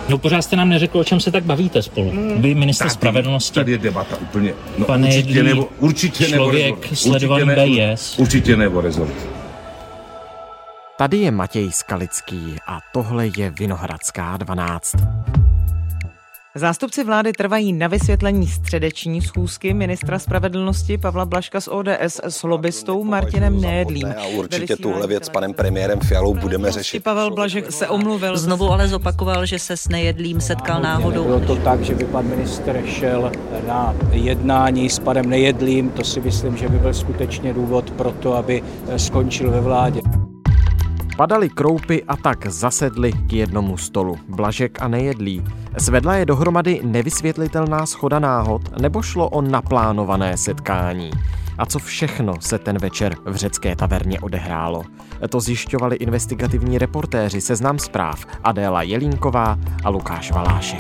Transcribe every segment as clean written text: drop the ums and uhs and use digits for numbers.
No pořád jste nám neřekl, o čem se tak bavíte spolu. Vy ministr spravedlnosti. Tady je debata úplně. No, pane určitě člověk sledovaný BIS. Určitě nebo rezort. Tady je Matěj Skalický a tohle je Vinohradská 12. Zástupci vlády trvají na vysvětlení středeční schůzky ministra spravedlnosti Pavla Blažka z ODS s lobbystou Martinem Nejedlým. A určitě tuhle věc s panem premiérem Fialou budeme řešit. Pavel Blažek se omluvil. Znovu ale zopakoval, že se s Nejedlým setkal náhodou. Bylo to tak, že by pan ministr šel na jednání s panem Nejedlým. To si myslím, že by byl skutečně důvod pro to, aby skončil ve vládě. Padaly kroupy a tak zasedli k jednomu stolu. Blažek a Nejedlý. Svedla je dohromady nevysvětlitelná shoda náhod, nebo šlo o naplánované setkání? A co všechno se ten večer v řecké taverně odehrálo? To zjišťovali investigativní reportéři Seznam Zpráv Adéla Jelínková a Lukáš Valášek.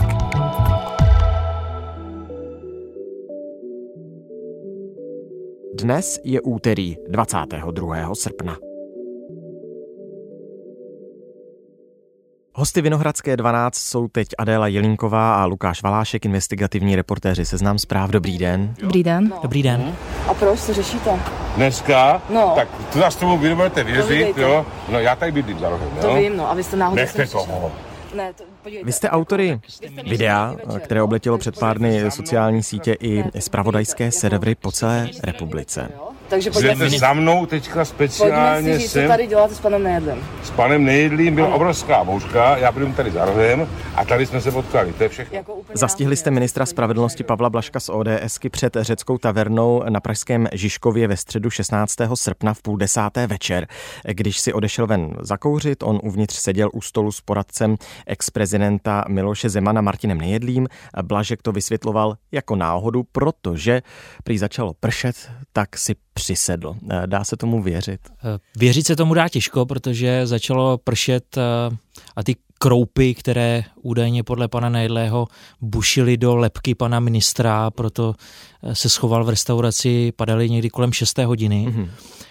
Dnes je úterý 22. srpna. Hosty Vinohradské 12 jsou teď Adéla Jelínková a Lukáš Valášek, investigativní reportéři Seznam Zpráv. Dobrý den. Dobrý den. Dobrý den. A proč se řešíte? Dneska? No. Tak tu nás tomu vy nebudete věřit, jo? No já tady bydlím za rohem, jo? To vím, no. A vy jste náhodou... Nechte toho. Ne, podívejte. Vy jste autory videa, které obletělo před pár dny sociální sítě i zpravodajské servery po celé republice. Takže Jdete za mnou teďka speciálně pojďme si říct, co tady děláte s panem Nejedlým. S panem Nejedlým byla obrovská bouřka, já bydlím tady za rohem a tady jsme se potkali, to je všechno. Zastihli jste ministra spravedlnosti Pavla Blažka z ODSky před řeckou tavernou na pražském Žižkově ve středu 16. srpna v 9:30 večer. Když si odešel ven zakouřit, on uvnitř seděl u stolu s poradcem ex-prezidenta Miloše Zemana Martinem Nejedlým. Blažek to vysvětloval jako náhodu, protože prý začalo pršet, tak si přisedl. Dá se tomu věřit? Věřit se tomu dá těžko, protože začalo pršet a ty kroupy, které údajně podle pana Nejedlého bušily do lebky pana ministra, proto se schoval v restauraci, padaly někdy kolem 6. hodiny. Mm-hmm.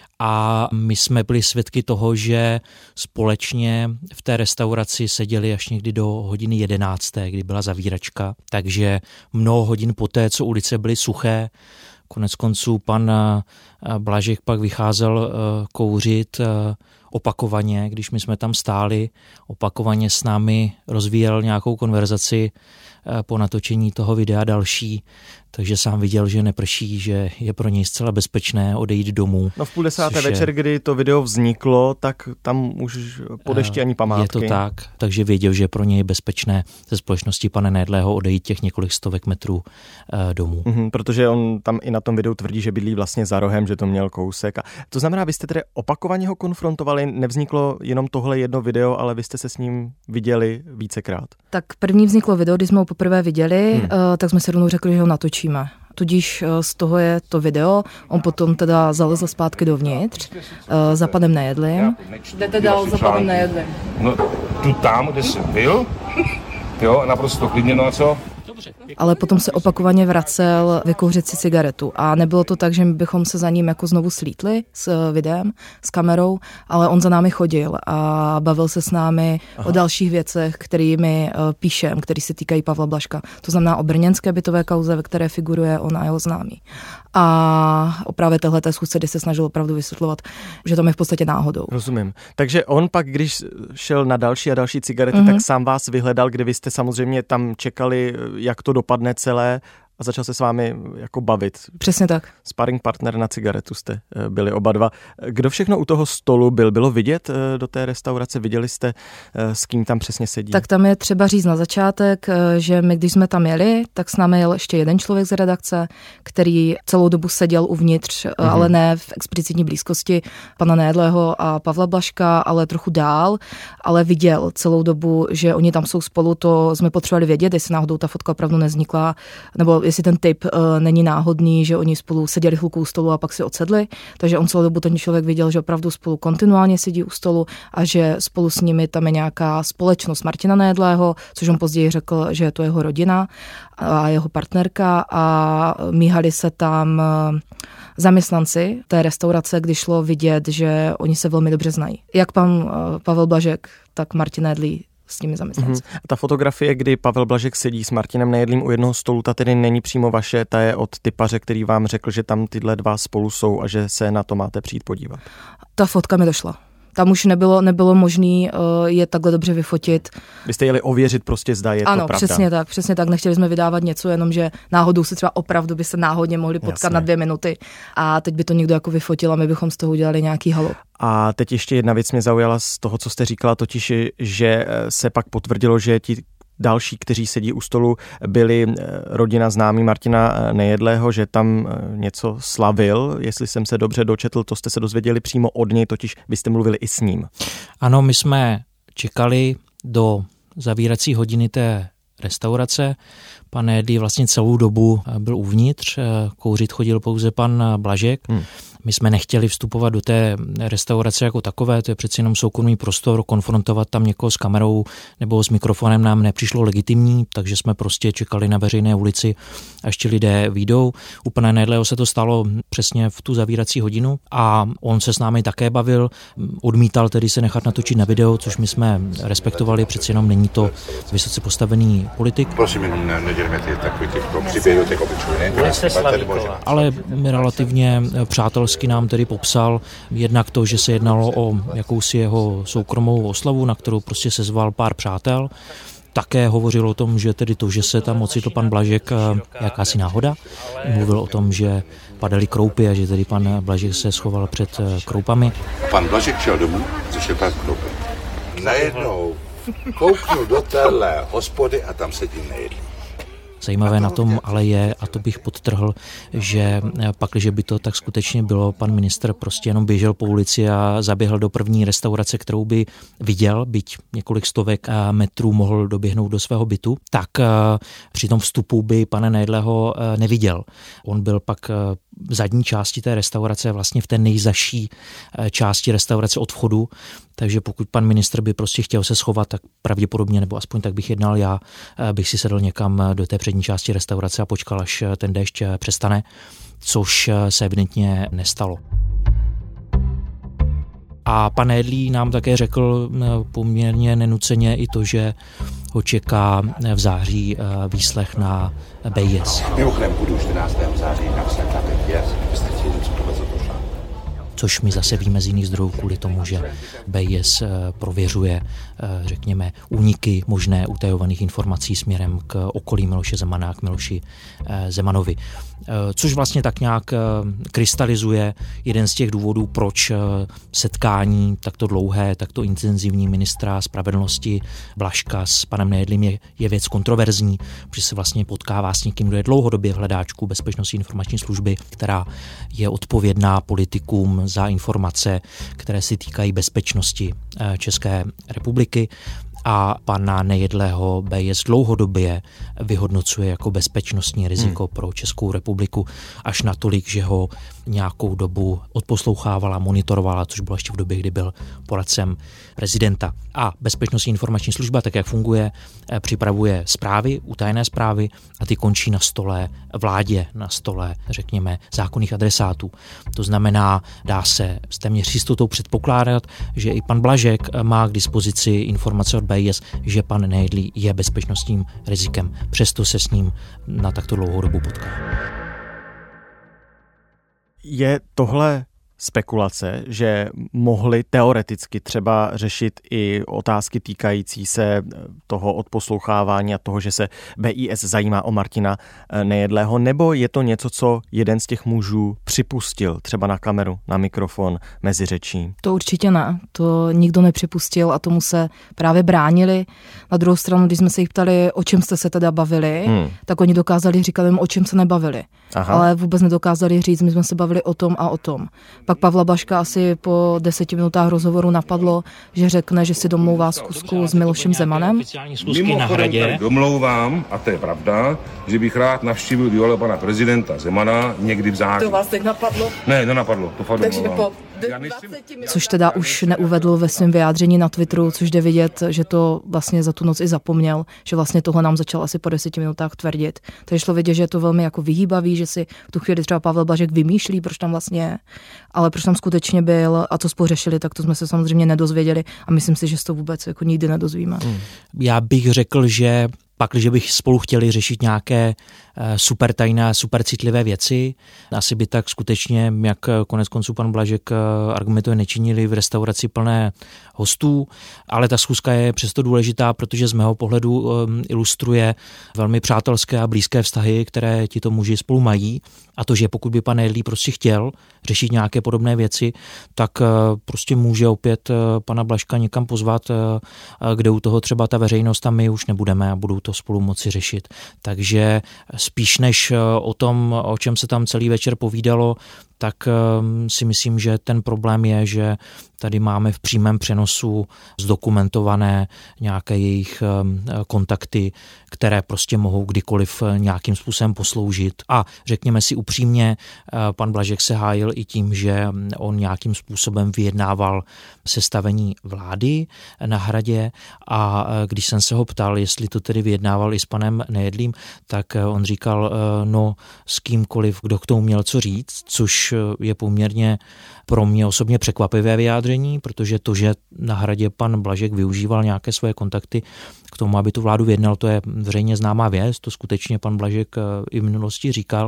A my jsme byli svědky toho, že společně v té restauraci seděli až někdy do hodiny 11., kdy byla zavíračka. Takže mnoho hodin poté, co ulice byly suché, konec konců pan Blažek pak vycházel kouřit opakovaně, když my jsme tam stáli, opakovaně s námi rozvíjel nějakou konverzaci po natočení toho videa další, takže sám viděl, že neprší, že je pro něj zcela bezpečné odejít domů. No v 9:30 večer, kdy to video vzniklo, tak tam už po dešti ani památky. Je to tak, takže věděl, že pro něj je bezpečné ze společnosti pana Nejedlého odejít těch několik stovek metrů domů. Protože on tam i na tom videu tvrdí, že bydlí vlastně za rohem, že to měl kousek. A to znamená, vy jste tedy opakovaně ho konfrontovali, nevzniklo jenom tohle jedno video, ale vy jste se s ním viděli vícekrát. Tak první vzniklo video, když jsme ho poprvé viděli, tak jsme se rovnou řekli, že ho natočíme. Tudíž z toho je to video, on potom teda zalezl zpátky dovnitř za panem Nejedlým. Jdete dál za panem Nejedlým? No tu tam, kde jsem byl, jo, naprosto klidně, no a co? Ale potom se opakovaně vracel vykouřit si cigaretu. A nebylo to tak, že bychom se za ním jako znovu slítli s videem, s kamerou, ale on za námi chodil a bavil se s námi o dalších věcech, kterými píšem, který se týkají Pavla Blažka. To znamená o brněnské bytové kauze, ve které figuruje on a jeho známý. A o právě téhleté schůzce, kdy se snažil opravdu vysvětlovat, že to je v podstatě náhodou. Rozumím. Takže on pak, když šel na další a další cigarety, tak sám vás vyhledal, kdy vy jste samozřejmě tam čekali, jak to dopadne celé a začal se s vámi jako bavit. Přesně tak. Sparring partner na cigaretu jste byli oba dva. Kdo všechno u toho stolu byl? Bylo vidět do té restaurace? Viděli jste, s kým tam přesně sedí? Tak tam je třeba říct na začátek, že my, když jsme tam jeli, tak s námi jel ještě jeden člověk z redakce, který celou dobu seděl uvnitř, ale ne v explicitní blízkosti pana Nejedlého a Pavla Blažka, ale trochu dál, ale viděl celou dobu, že oni tam jsou spolu, to jsme potřebovali vědět, jestli náhodou ta fotka opravdu nevznikla, nebo jestli ten typ není náhodný, že oni spolu seděli chvilku u stolu a pak si odsedli, takže on celou dobu ten člověk viděl, že opravdu spolu kontinuálně sedí u stolu a že spolu s nimi tam je nějaká společnost Martina Nejedlého, což on později řekl, že je to jeho rodina a jeho partnerka a míhali se tam zaměstnanci té restaurace, kdy šlo vidět, že oni se velmi dobře znají. Jak pan Pavel Blažek, tak Martin Nejedlý s těmi zaměstnanci. Ta fotografie, kdy Pavel Blažek sedí s Martinem Nejedlým u jednoho stolu, ta tedy není přímo vaše, ta je od typaře, který vám řekl, že tam tyhle dva spolu jsou a že se na to máte přijít podívat. Ta fotka mi došla. Tam už nebylo možné je takhle dobře vyfotit. Vy jste jeli ověřit prostě, zda je to pravda. Ano, přesně tak. Nechtěli jsme vydávat něco, jenom že náhodou se třeba opravdu by se náhodně mohli potkat na 2 minuty a teď by to někdo jako vyfotil a my bychom z toho udělali nějaký halo. A teď ještě jedna věc mě zaujala z toho, co jste říkala, totiž, že se pak potvrdilo, že ti další, kteří sedí u stolu, byli rodina známí Martina Nejedlého, že tam něco slavil, jestli jsem se dobře dočetl, to jste se dozvěděli přímo od něj, totiž vy jste mluvili i s ním. Ano, my jsme čekali do zavírací hodiny té restaurace. Pan Nejedlý vlastně celou dobu byl uvnitř, kouřit chodil pouze pan Blažek. My jsme nechtěli vstupovat do té restaurace jako takové, to je přeci jenom soukromý prostor, konfrontovat tam někoho s kamerou nebo s mikrofonem nám nepřišlo legitimní, takže jsme prostě čekali na veřejné ulici, až ti lidé vyjdou. U pana Nejedlého se to stalo přesně v tu zavírací hodinu a on se s námi také bavil, odmítal tedy se nechat natočit na video, což my jsme respektovali, přeci jenom není to vysoce postavený politik. Prosím, jenom nedělíme takový příběhy do těch obyčejů. Ale relativně přátelsky nám tedy popsal jednak to, že se jednalo o jakousi jeho soukromou oslavu, na kterou prostě sezval pár přátel. Také hovořil o tom, že tedy to, že se tam ocitl pan Blažek, jakási náhoda. Mluvil o tom, že padaly kroupy a že tedy pan Blažek se schoval před kroupami. Pan Blažek šel domů, zašel pár kroupy. Najednou kouknul do téhle hospody a tam sedí Nejedlý. Zajímavé na tom ale je, a to bych podtrhl, že pakliže by to tak skutečně bylo, pan ministr prostě jenom běžel po ulici a zaběhl do první restaurace, kterou by viděl, byť několik stovek metrů mohl doběhnout do svého bytu, tak při tom vstupu by pana Nejedlého neviděl. On byl pak v zadní části té restaurace, vlastně v té nejzaší části restaurace od vchodu, takže pokud pan ministr by prostě chtěl se schovat, tak pravděpodobně, nebo aspoň tak bych jednal já, bych si sedl někam do té přední části restaurace a počkal, až ten déšť přestane, což se evidentně nestalo. A pan Nejedlý nám také řekl poměrně nenuceně i to, že ho čeká v září výslech na BIS. Mimochodem budu 14. září na výslech na BIS, byste chtěli něco tohle za to šla. Což my zase víme z jiných zdrojů kvůli tomu, že BIS prověřuje, řekněme, úniky možné utajovaných informací směrem k okolí Miloše Zemana, k Miloši Zemanovi. Což vlastně tak nějak krystalizuje jeden z těch důvodů, proč setkání takto dlouhé, takto intenzivní ministra spravedlnosti Blažka s panem Nejedlým je věc kontroverzní, protože se vlastně potkává s někým, kdo je dlouhodobě v hledáčku Bezpečnostní informační služby, která je odpovědná politikům za informace, které se týkají bezpečnosti České republiky. A pana Nejedlého BIS dlouhodobě vyhodnocuje jako bezpečnostní riziko pro Českou republiku, až natolik, že ho nějakou dobu odposlouchávala, monitorovala, což bylo ještě v době, kdy byl poradcem prezidenta. A Bezpečnostní informační služba, tak jak funguje, připravuje zprávy, utajené zprávy a ty končí na stole vládě, na stole, řekněme, zákonných adresátů. To znamená, dá se s téměř jistotou předpokládat, že i pan Blažek má k dispozici informace od BIS, že pan Nejedlý je bezpečnostním rizikem. Přesto se s ním na takto dlouhou dobu potká. Je tohle spekulace, že mohli teoreticky třeba řešit i otázky týkající se toho odposlouchávání a toho, že se BIS zajímá o Martina Nejedlého, nebo je to něco, co jeden z těch mužů připustil, třeba na kameru, na mikrofon, mezi řečí? To určitě ne, to nikdo nepřipustil a tomu se právě bránili. Na druhou stranu, když jsme se jich ptali, o čem jste se teda bavili, tak oni dokázali říkat jim, o čem se nebavili. Aha. Ale vůbec nedokázali říct, my jsme se bavili o tom a o tom. Pak Pavla Blažka asi po 10 minutách rozhovoru napadlo, že řekne, že si domlouvá schůzku s Milošem Zemanem. Mimochodem tady domlouvám, a to je pravda, že bych rád navštívil dialog pana prezidenta Zemana někdy v září. To vás teď napadlo? Ne, nenapadlo, to fakt takže domlouvám. Což teda už neuvedl ve svém vyjádření na Twitteru, což jde vidět, že to vlastně za tu noc i zapomněl, že vlastně tohle nám začal asi po 10 minutách tvrdit. Takže šlo vidět, že je to velmi jako vyhýbavý, že si v tu chvíli třeba Pavel Blažek vymýšlí, proč tam vlastně je, ale proč tam skutečně byl a co spolu řešili, tak to jsme se samozřejmě nedozvěděli a myslím si, že se to vůbec jako nikdy nedozvíme. Já bych řekl, že pakliže bych spolu chtěli řešit nějaké super tajné, super citlivé věci, asi by tak skutečně, jak konec konců pan Blažek argumentuje, nečinili v restauraci plné hostů, ale ta schůzka je přesto důležitá, protože z mého pohledu ilustruje velmi přátelské a blízké vztahy, které tito muži spolu mají, a to, že pokud by pan Nejedlý prostě chtěl řešit nějaké podobné věci, tak prostě může opět pana Blažka někam pozvat, kde u toho třeba ta veřejnost a my už nebudeme a budou to spolu moci řešit. Takže spíš než o tom, o čem se tam celý večer povídalo, tak si myslím, že ten problém je, že tady máme v přímém přenosu zdokumentované nějaké jejich kontakty, které prostě mohou kdykoliv nějakým způsobem posloužit. A řekněme si upřímně, pan Blažek se hájil i tím, že on nějakým způsobem vyjednával sestavení vlády na Hradě, a když jsem se ho ptal, jestli to tedy vyjednával i s panem Nejedlým, tak on říkal, no s kýmkoliv, kdo k tomu měl co říct, což je poměrně pro mě osobně překvapivé vyjádření, protože to, že na Hradě pan Blažek využíval nějaké svoje kontakty k tomu, aby tu vládu vyjednal, to je veřejně známá věc, to skutečně pan Blažek i v minulosti říkal,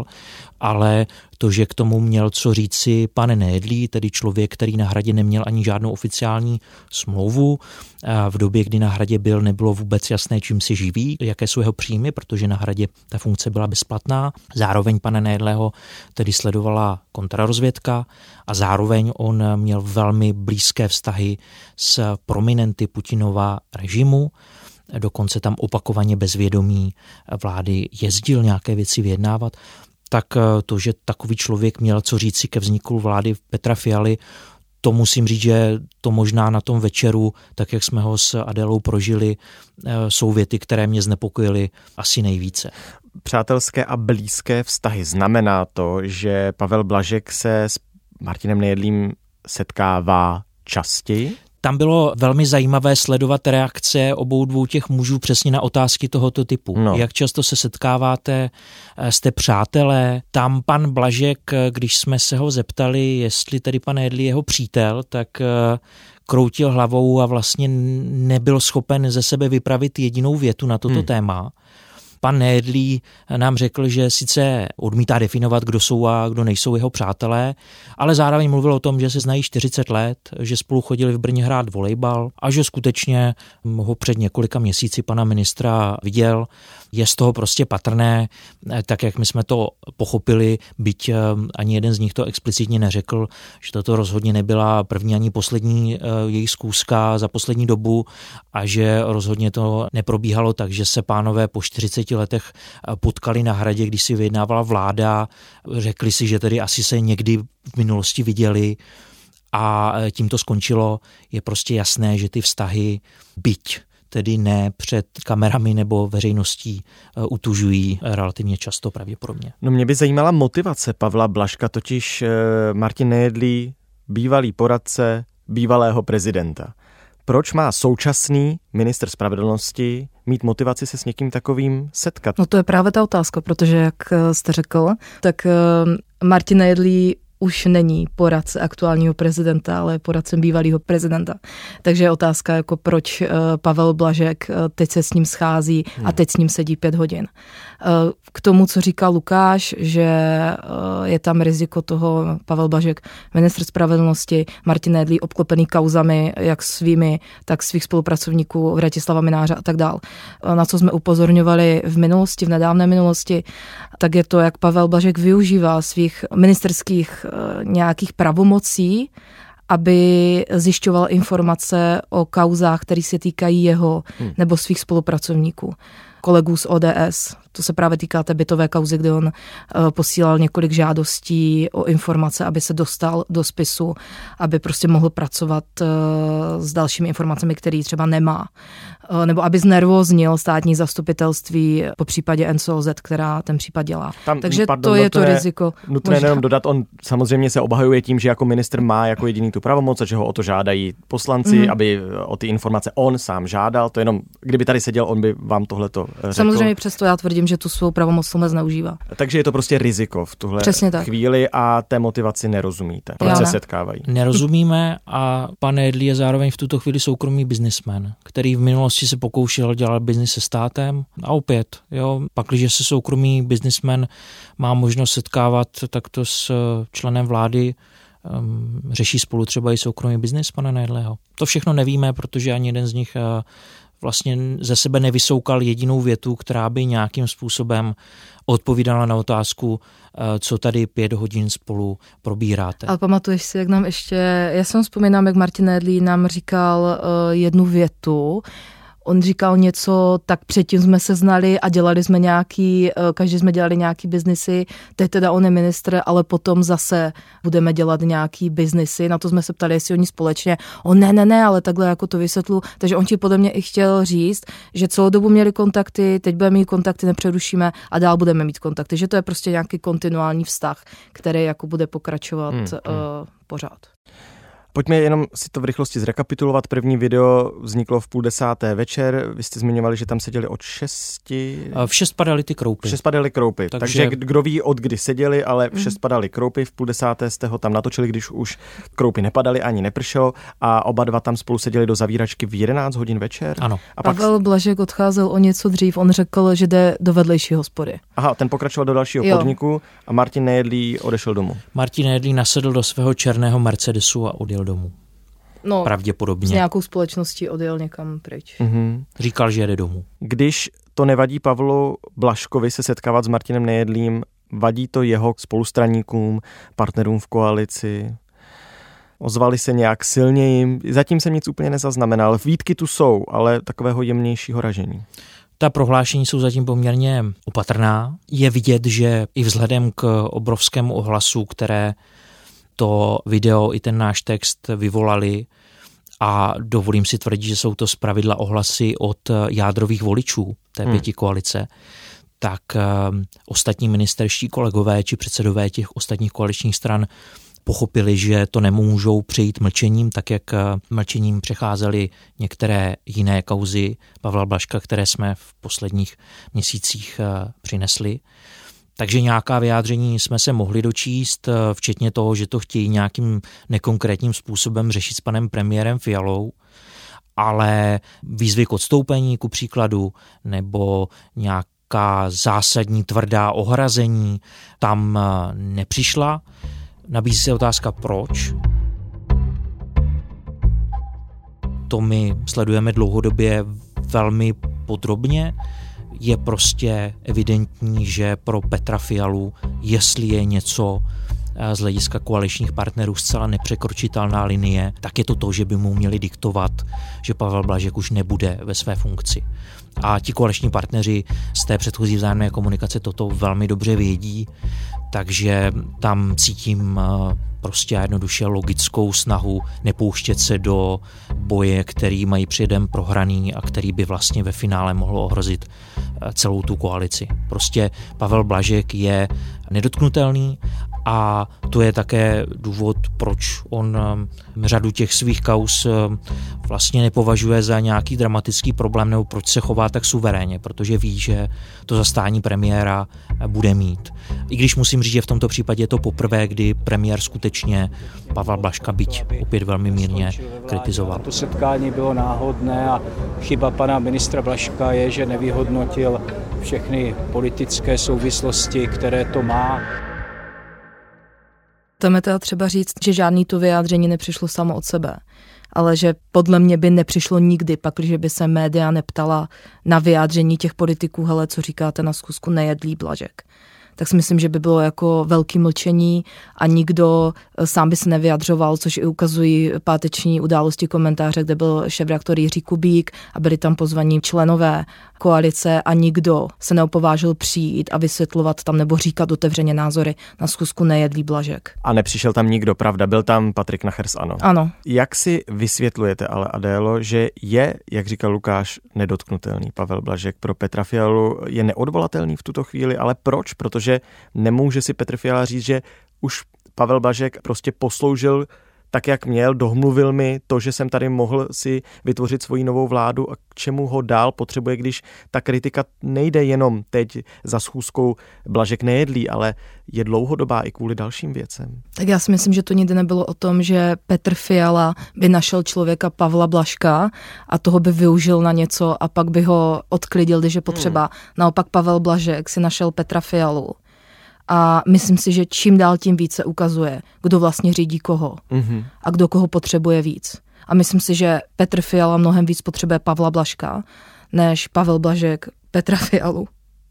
ale to, že k tomu měl co říci pan Nejedlý, tedy člověk, který na Hradě neměl ani žádnou oficiální smlouvu, v době, kdy na Hradě byl, nebylo vůbec jasné, čím si živí, jaké jsou jeho příjmy, protože na Hradě ta funkce byla bezplatná. Zároveň pana Nejedlého tedy sledovala kontrarozvědka a zároveň on měl velmi blízké vztahy s prominenty Putinova režimu. Dokonce tam opakovaně bez vědomí vlády jezdil nějaké věci vyjednávat. Tak to, že takový člověk měl co říci ke vzniku vlády Petra Fialy, to musím říct, že to možná na tom večeru, tak jak jsme ho s Adélou prožili, jsou věty, které mě znepokojily asi nejvíce. Přátelské a blízké vztahy. Znamená to, že Pavel Blažek se s Martinem Nejedlým setkává častěji? Tam bylo velmi zajímavé sledovat reakce obou dvou těch mužů přesně na otázky tohoto typu. No. Jak často se setkáváte, jste přátelé? Tam pan Blažek, když jsme se ho zeptali, jestli tedy pan Nejedlý je jeho přítel, tak kroutil hlavou a vlastně nebyl schopen ze sebe vypravit jedinou větu na toto téma. Pan Nejedlý nám řekl, že sice odmítá definovat, kdo jsou a kdo nejsou jeho přátelé, ale zároveň mluvil o tom, že se znají 40 let, že spolu chodili v Brně hrát volejbal a že skutečně ho před několika měsíci pana ministra viděl. Je z toho prostě patrné, tak jak my jsme to pochopili, byť ani jeden z nich to explicitně neřekl, že toto rozhodně nebyla první ani poslední jejich schůzka za poslední dobu a že rozhodně to neprobíhalo tak, že se pánové po 40 letech potkali na Hradě, když si vyjednávala vláda, řekli si, že tedy asi se někdy v minulosti viděli a tím to skončilo. Je prostě jasné, že ty vztahy, byť tedy ne před kamerami nebo veřejností, utužují relativně často pravděpodobně. No mě by zajímala motivace Pavla Blažka, totiž Martin Nejedlý, bývalý poradce bývalého prezidenta. Proč má současný ministr spravedlnosti mít motivaci se s někým takovým setkat? No to je právě ta otázka, protože jak jste řekl, tak Martin Nejedlý už není poradce aktuálního prezidenta, ale poradcem bývalého prezidenta. Takže je otázka, jako proč Pavel Blažek teď se s ním schází a teď s ním sedí 5 hodin. K tomu, co říkal Lukáš, že je tam riziko toho Pavel Blažek, ministr spravedlnosti, Martin Nejedlý obklopený kauzami, jak svými, tak svých spolupracovníků Vratislava Mynáře a tak dál. Na co jsme upozorňovali v minulosti, v nedávné minulosti, tak je to, jak Pavel Blažek využívá svých ministerských nějakých pravomocí, aby zjišťoval informace o kauzách, které se týkají jeho nebo svých spolupracovníků. kolegů z ODS. To se právě týká té bytové kauzy, kde on posílal několik žádostí o informace, aby se dostal do spisu, aby prostě mohl pracovat s dalšími informacemi, které třeba nemá. Nebo aby znervoznil státní zastupitelství po případě NCOZ, která ten případ dělá. Takže to je to riziko. Nutné jenom dodat, on samozřejmě se obhajuje tím, že jako ministr má jako jediný tu pravomoc a že ho o to žádají poslanci, aby o ty informace on sám žádal. To jenom, kdyby tady seděl, on by vám tohleto řekl. Samozřejmě přesto já tvrdím, že tu svou pravomoc zneužívá. Takže je to prostě riziko v tuhle chvíli a té motivaci nerozumíte. Proč se setkávají? Nerozumíme a pan Nejedlý je zároveň v tuto chvíli soukromý biznismen, který v minulosti se pokoušel dělat biznis se státem a opět, pakliže se soukromý biznismen má možnost setkávat takto s členem vlády, řeší spolu třeba i soukromý biznis pana Nejedlého. To všechno nevíme, protože ani jeden z nich vlastně ze sebe nevysoukal jedinou větu, která by nějakým způsobem odpovídala na otázku, co tady 5 hodin spolu probíráte. Ale pamatuješ si, jak nám ještě, já jsem vzpomínám, jak Martin Nejedlý nám říkal jednu větu. On říkal něco, tak předtím jsme se znali a dělali jsme každý jsme dělali nějaký biznisy, teď teda on je ministr, ale potom zase budeme dělat nějaký biznisy, na to jsme se ptali, jestli oni společně, ne, ale takhle jako to vysvětlu, takže on ti podle mě i chtěl říct, že celou dobu měli kontakty, teď budeme mít kontakty, nepřerušíme a dál budeme mít kontakty, že to je prostě nějaký kontinuální vztah, který jako bude pokračovat pořád. Pojďme jenom si to v rychlosti zrekapitulovat. První video vzniklo v 9:30 večer. Vy jste zmiňovali, že tam seděli od 6. V 6 padaly ty kroupy. 6 padaly kroupy. Takže kdo ví, od kdy seděli, ale v 6 padaly kroupy. V 9:30 jste ho tam natočili, když už kroupy nepadaly, ani nepršelo. A oba dva tam spolu seděli do zavíračky v 11 hodin večer. Ano. A pak Pavel Blažek odcházel o něco dřív. On řekl, že jde do vedlejší hospody. Aha, ten pokračoval do dalšího podniku a Martin Nejedlý odešel domů. Martin Nejedlý nasedl do svého černého Mercedesu a odjel domů. No, pravděpodobně. S nějakou společností odjel někam pryč. Říkal, že jede domů. Když to nevadí Pavlu Blažkovi se setkávat s Martinem Nejedlým, vadí to jeho spolustraníkům, partnerům v koalici? Ozvali se nějak silněji? Zatím jsem nic úplně nezaznamenal. Výtky tu jsou, ale takového jemnějšího ražení. Ta prohlášení jsou zatím poměrně opatrná. Je vidět, že i vzhledem k obrovskému ohlasu, které to video i ten náš text vyvolali, a dovolím si tvrdit, že jsou to zpravidla ohlasy od jádrových voličů té pětikoalice, tak ostatní ministerští kolegové či předsedové těch ostatních koaličních stran pochopili, že to nemůžou přejít mlčením, tak jak mlčením přecházely některé jiné kauzy Pavla Blažka, které jsme v posledních měsících přinesli. Takže nějaká vyjádření jsme se mohli dočíst, včetně toho, že to chtějí nějakým nekonkrétním způsobem řešit s panem premiérem Fialou, ale výzvy k odstoupení, ku příkladu, nebo nějaká zásadní tvrdá ohrazení tam nepřišla. Nabízí se otázka, proč. To my sledujeme dlouhodobě velmi podrobně. Je prostě evidentní, že pro Petra Fialu, jestli je něco z hlediska koaličních partnerů zcela nepřekročitelná linie, tak je to, že by mu měli diktovat, že Pavel Blažek už nebude ve své funkci. A ti koaliční partneři z té předchozí vzájemné komunikace toto velmi dobře vědí, takže tam cítím prostě jednoduše logickou snahu nepouštět se do boje, který mají předem prohraný a který by vlastně ve finále mohl ohrozit celou tu koalici. Prostě Pavel Blažek je nedotknutelný a to je také důvod, proč on řadu těch svých kauz vlastně nepovažuje za nějaký dramatický problém nebo proč se chová tak suverénně, protože ví, že to zastání premiéra bude mít. I když musím říct, že v tomto případě je to poprvé, kdy premiér skutečně Pavla Blažka, byť opět velmi mírně, kritizoval. To setkání bylo náhodné a chyba pana ministra Blažka je, že nevyhodnotil všechny politické souvislosti, které to má. Tam je teda třeba říct, že žádný to vyjádření nepřišlo samo od sebe, ale že podle mě by nepřišlo nikdy, pakliže by se média neptala na vyjádření těch politiků, hele, co říkáte na schůzku Nejedlý Blažek. tak si myslím, že by bylo jako velký mlčení a nikdo sám by se nevyjadřoval, což i ukazují páteční události komentáře, kde byl šéfredaktor Jiří Kubík a byli tam pozvaní členové koalice a nikdo se neopovážil přijít a vysvětlovat tam nebo říkat otevřeně názory na schůzku Nejedlý Blažek. A nepřišel tam nikdo, pravda? Byl tam Patrik Nacher z ANO. Ano. Jak si vysvětlujete ale, Adélo, že je, jak říkal Lukáš, nedotknutelný Pavel Blažek? Pro Petra Fialu je neodvolatelný v tuto chvíli, ale proč? Protože nemůže si Petr Fiala říct, že už Pavel Blažek prostě posloužil tak, jak měl, dohmluvil mi to, že jsem tady mohl si vytvořit svoji novou vládu a k čemu ho dál potřebuje, když ta kritika nejde jenom teď za schůzkou Blažek Nejedlý, ale je dlouhodobá i kvůli dalším věcem. Tak já si myslím, že to nikdy nebylo o tom, že Petr Fiala by našel člověka Pavla Blažka a toho by využil na něco a pak by ho odklidil, když je potřeba. Naopak Pavel Blažek si našel Petra Fialu. A myslím si, že čím dál tím více ukazuje, kdo vlastně řídí koho a kdo koho potřebuje víc. A myslím si, že Petr Fiala mnohem víc potřebuje Pavla Blažka, než Pavel Blažek Petra Fialu.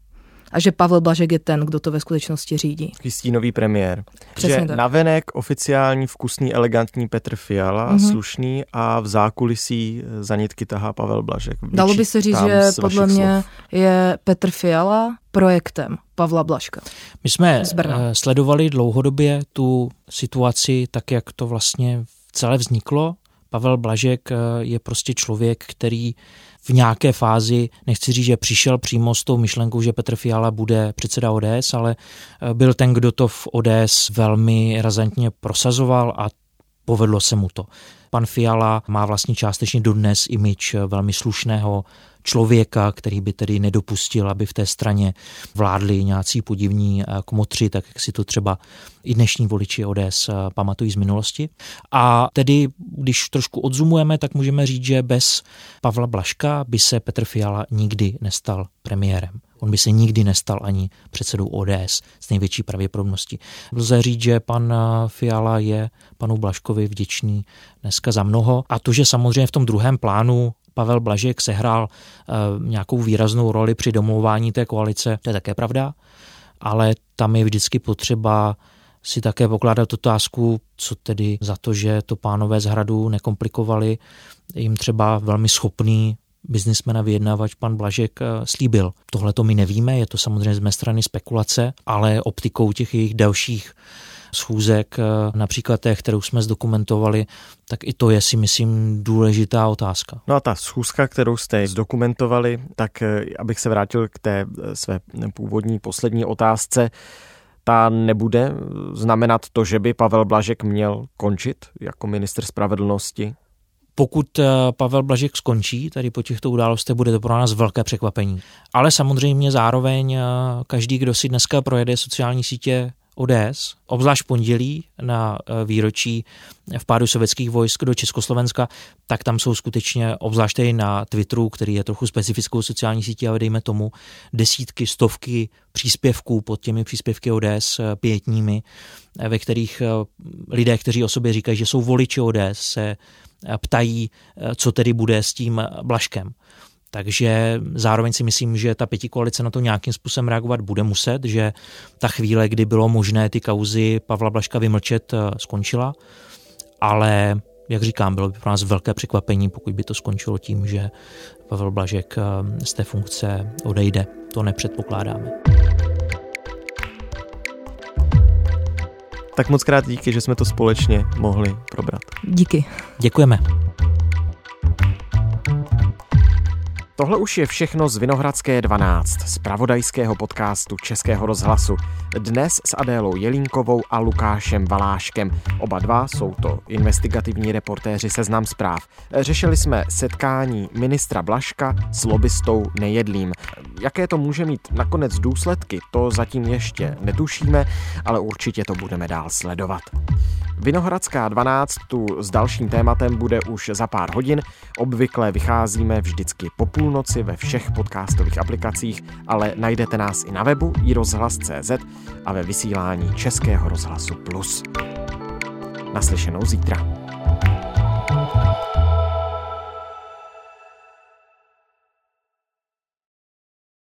A že Pavel Blažek je ten, kdo to ve skutečnosti řídí. Stínový premiér. Přesně že tak. Navenek oficiální, vkusný, elegantní Petr Fiala, slušný a v zákulisí za nitky tahá Pavel Blažek. Dalo by se říct, že podle mě je Petr Fiala projektem Pavla Blažka. My jsme sledovali dlouhodobě tu situaci tak, jak to vlastně celé vzniklo. Pavel Blažek je prostě člověk, který v nějaké fázi, nechci říct, že přišel přímo s tou myšlenkou, že Petr Fiala bude předseda ODS, ale byl ten, kdo to v ODS velmi razantně prosazoval a povedlo se mu to. Pan Fiala má vlastně částečně dodnes image velmi slušného člověka, který by tedy nedopustil, aby v té straně vládli nějací podivní kmotři, tak jak si to třeba i dnešní voliči ODS pamatují z minulosti. A tedy, když trošku odzumujeme, tak můžeme říct, že bez Pavla Blažka by se Petr Fiala nikdy nestal premiérem. On by se nikdy nestal ani předsedou ODS s největší pravděpodobností. Lze říct, že pan Fiala je panu Blažkovi vděčný dneska za mnoho. A to, že samozřejmě v tom druhém plánu Pavel Blažek sehrál nějakou výraznou roli při domlouvání té koalice, to je také pravda, ale tam je vždycky potřeba si také pokládat otázku, co tedy za to, že to pánové z Hradu nekomplikovali, jim třeba velmi schopný biznismen a vyjednávač pan Blažek slíbil. Tohle to my nevíme, je to samozřejmě z mé strany spekulace, ale optikou těch jejich dalších schůzek, například těch, kterou jsme zdokumentovali, tak i to je, si myslím, důležitá otázka. No a ta schůzka, kterou jste zdokumentovali, tak abych se vrátil k té své původní poslední otázce, ta nebude znamenat to, že by Pavel Blažek měl končit jako ministr spravedlnosti? Pokud Pavel Blažek skončí tady po těchto událostech, bude to pro nás velké překvapení. Ale samozřejmě zároveň každý, kdo si dneska projede sociální sítě ODS, obzvlášť pondělí na výročí vpádu sovětských vojsk do Československa, tak tam jsou skutečně, obzvlášť na Twitteru, který je trochu specifickou sociální sítí, ale dejme tomu desítky, stovky příspěvků pod těmi příspěvky ODS pietními, ve kterých lidé, kteří o sobě říkají, že jsou voliči ODS, se ptají, co tedy bude s tím Blažkem. Takže zároveň si myslím, že ta pětikoalice na to nějakým způsobem reagovat bude muset, že ta chvíle, kdy bylo možné ty kauzy Pavla Blažka vymlčet, skončila. Ale, jak říkám, bylo by pro nás velké překvapení, pokud by to skončilo tím, že Pavel Blažek z té funkce odejde. To nepředpokládáme. Tak moc krát díky, že jsme to společně mohli probrat. Díky. Děkujeme. Tohle už je všechno z Vinohradské 12, z pravodajského podcastu Českého rozhlasu. Dnes s Adélou Jelínkovou a Lukášem Valáškem. Oba dva jsou to investigativní reportéři Seznam Zpráv. Řešili jsme setkání ministra Blažka s lobistou Nejedlým. Jaké to může mít nakonec důsledky, to zatím ještě netušíme, ale určitě to budeme dál sledovat. Vinohradská 12 tu s dalším tématem bude už za pár hodin. Obvykle vycházíme vždycky po půlnoci ve všech podcastových aplikacích, ale najdete nás i na webu iRozhlas.cz a ve vysílání Českého rozhlasu Plus. Naslyšenou zítra.